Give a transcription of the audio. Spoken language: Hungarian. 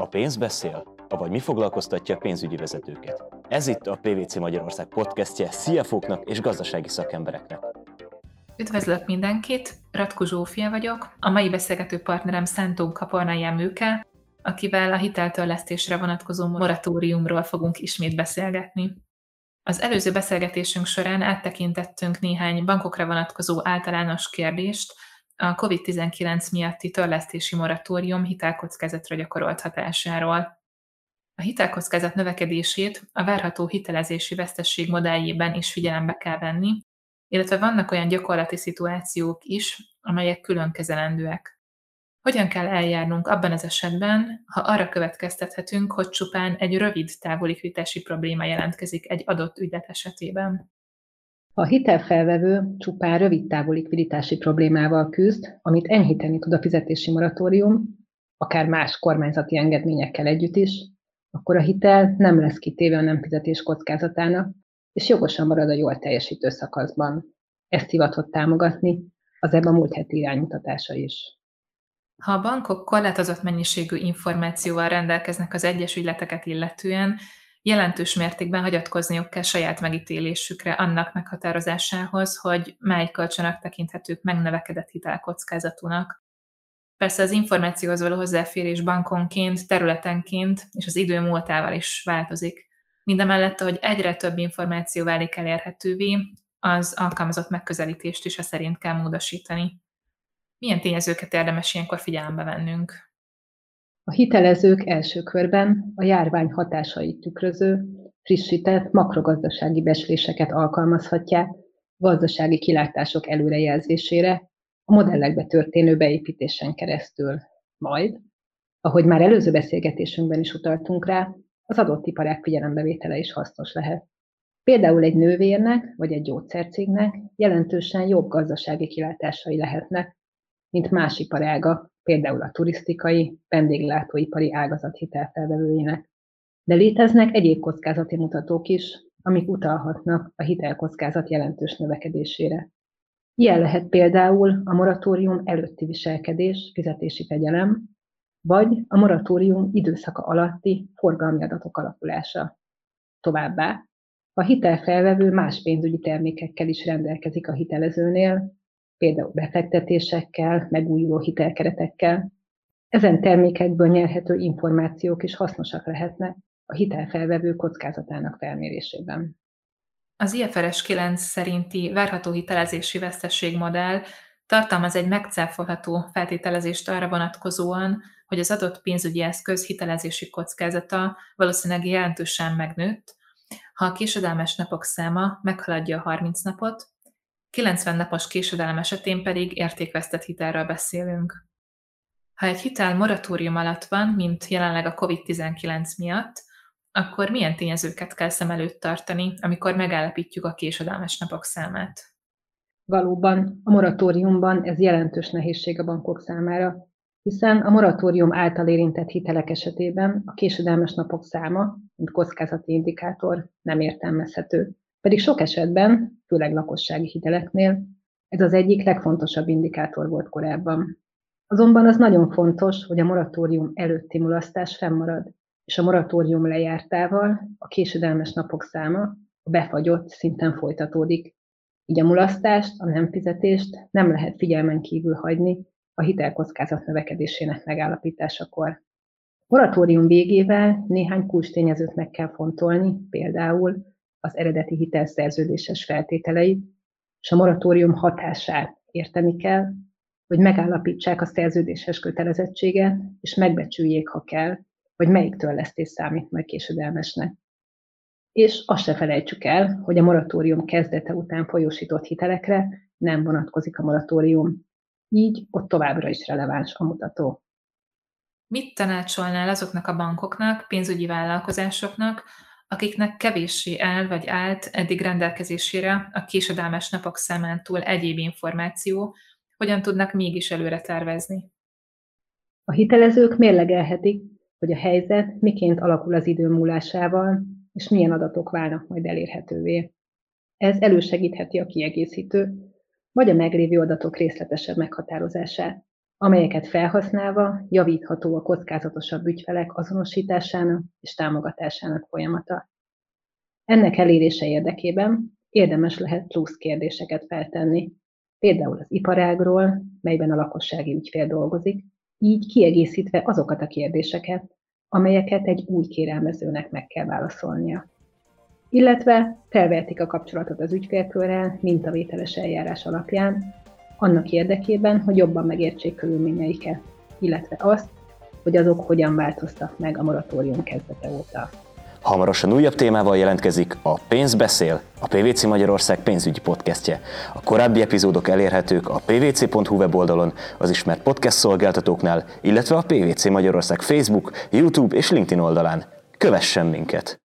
A pénz beszél? Avagy mi foglalkoztatja a pénzügyi vezetőket? Ez itt a PVC Magyarország podcastje CFO-knak és gazdasági szakembereknek. Üdvözlök mindenkit, Ratko Zsófia vagyok, a mai beszélgető partnerem Szántó Kapornai Emőke, akivel a hiteltörlesztésre vonatkozó moratóriumról fogunk ismét beszélgetni. Az előző beszélgetésünk során áttekintettünk néhány bankokra vonatkozó általános kérdést a COVID-19 miatti törlesztési moratórium hitelkockázatra gyakorolt hatásáról. A hitelkockázat növekedését a várható hitelezési vesztesség modelljében is figyelembe kell venni, illetve vannak olyan gyakorlati szituációk is, amelyek külön kezelendőek. Hogyan kell eljárnunk abban az esetben, ha arra következtethetünk, hogy csupán egy rövid távú likviditási probléma jelentkezik egy adott ügylet esetében? A hitelfelvevő csupán rövid távú likviditási problémával küzd, amit enyhíteni tud a fizetési moratórium, akár más kormányzati engedményekkel együtt is, akkor a hitel nem lesz kitéve a nem fizetés kockázatának, és jogosan marad a jól teljesítő szakaszban. Ezt hivatott támogatni az EBA múlt heti iránymutatása is. Ha a bankok korlátozott mennyiségű információval rendelkeznek az egyes ügyleteket illetően, jelentős mértékben hagyatkozniuk kell saját megítélésükre annak meghatározásához, hogy mely kölcsönök tekinthetők megnövekedett hitelkockázatúnak. Persze az információhoz való hozzáférés bankonként, területenként és az idő múltával is változik. Mindemellett, hogy egyre több információ válik elérhetővé, az alkalmazott megközelítést is szerint kell módosítani. Milyen tényezőket érdemes ilyenkor figyelembe vennünk? A hitelezők első körben a járvány hatásait tükröző, frissített makrogazdasági becsléseket alkalmazhatják gazdasági kilátások előrejelzésére, a modellekbe történő beépítésen keresztül. Majd, ahogy már előző beszélgetésünkben is utaltunk rá, az adott iparág figyelembevétele is hasznos lehet. Például egy nővérnek vagy egy gyógyszercégnek jelentősen jobb gazdasági kilátásai lehetnek, mint más iparágak, például a turisztikai, vendéglátóipari ágazat hitelfelvevőinek. De léteznek egyéb kockázati mutatók is, amik utalhatnak a hitelkockázat jelentős növekedésére. Ilyen lehet például a moratórium előtti viselkedés, fizetési fegyelem, vagy a moratórium időszaka alatti forgalmi adatok alakulása. Továbbá, a hitelfelvevő más pénzügyi termékekkel is rendelkezik a hitelezőnél, például befektetésekkel, megújuló hitelkeretekkel. Ezen termékekből nyerhető információk is hasznosak lehetnek a hitelfelvevő kockázatának felmérésében. Az IFRS 9 szerinti várható hitelezési veszteségmodell tartalmaz egy megcáfolható feltételezést arra vonatkozóan, hogy az adott pénzügyi eszköz hitelezési kockázata valószínűleg jelentősen megnőtt, ha a késedelmes napok száma meghaladja a 30 napot, 90 napos késedelem esetén pedig értékvesztett hitelről beszélünk. Ha egy hitel moratórium alatt van, mint jelenleg a COVID-19 miatt, akkor milyen tényezőket kell szem előtt tartani, amikor megállapítjuk a késedelmes napok számát? Valóban a moratóriumban ez jelentős nehézség a bankok számára, hiszen a moratórium által érintett hitelek esetében a késedelmes napok száma, mint kockázati indikátor nem értelmezhető. Pedig sok esetben, főleg lakossági hiteleknél, ez az egyik legfontosabb indikátor volt korábban. Azonban az nagyon fontos, hogy a moratórium előtti mulasztás fennmarad, és a moratórium lejártával a késedelmes napok száma a befagyott szinten folytatódik. Így a mulasztást, a nem fizetést nem lehet figyelmen kívül hagyni a hitelkockázat növekedésének megállapításakor. Moratórium végével néhány kulcstényezőt meg kell fontolni, például az eredeti hitelszerződéses feltételeit, és a moratórium hatását érteni kell, hogy megállapítsák a szerződéses kötelezettséget, és megbecsüljék, ha kell, hogy melyik törlesztés számít majd késedelmesnek. És azt se felejtsük el, hogy a moratórium kezdete után folyósított hitelekre nem vonatkozik a moratórium. Így ott továbbra is releváns a mutató. Mit tanácsolnál azoknak a bankoknak, pénzügyi vállalkozásoknak, akiknek kevéssé áll vagy állt eddig rendelkezésére a késedelmes napok számán túl egyéb információ, hogyan tudnak mégis előre tervezni? A hitelezők mérlegelhetik, hogy a helyzet miként alakul az idő múlásával, és milyen adatok válnak majd elérhetővé. Ez elősegítheti a kiegészítő, vagy a meglévő adatok részletesebb meghatározását. amelyeket felhasználva javítható a kockázatosabb ügyfelek azonosításának és támogatásának folyamata. Ennek elérése érdekében érdemes lehet plusz kérdéseket feltenni, például az iparágról, melyben a lakossági ügyfél dolgozik, így kiegészítve azokat a kérdéseket, amelyeket egy új kérelmezőnek meg kell válaszolnia. Illetve felvehetik a kapcsolatot az ügyfélkörrel mintavételes eljárás alapján, annak érdekében, hogy jobban megértsék körülményeiket, illetve azt, hogy azok hogyan változtak meg a moratórium kezdete óta. Hamarosan újabb témával jelentkezik a Pénz beszél, a PVC Magyarország pénzügyi podcastje. A korábbi epizódok elérhetők a pvc.hu weboldalon, az ismert podcast szolgáltatóknál, illetve a PVC Magyarország Facebook, YouTube és LinkedIn oldalán. Kövessen minket!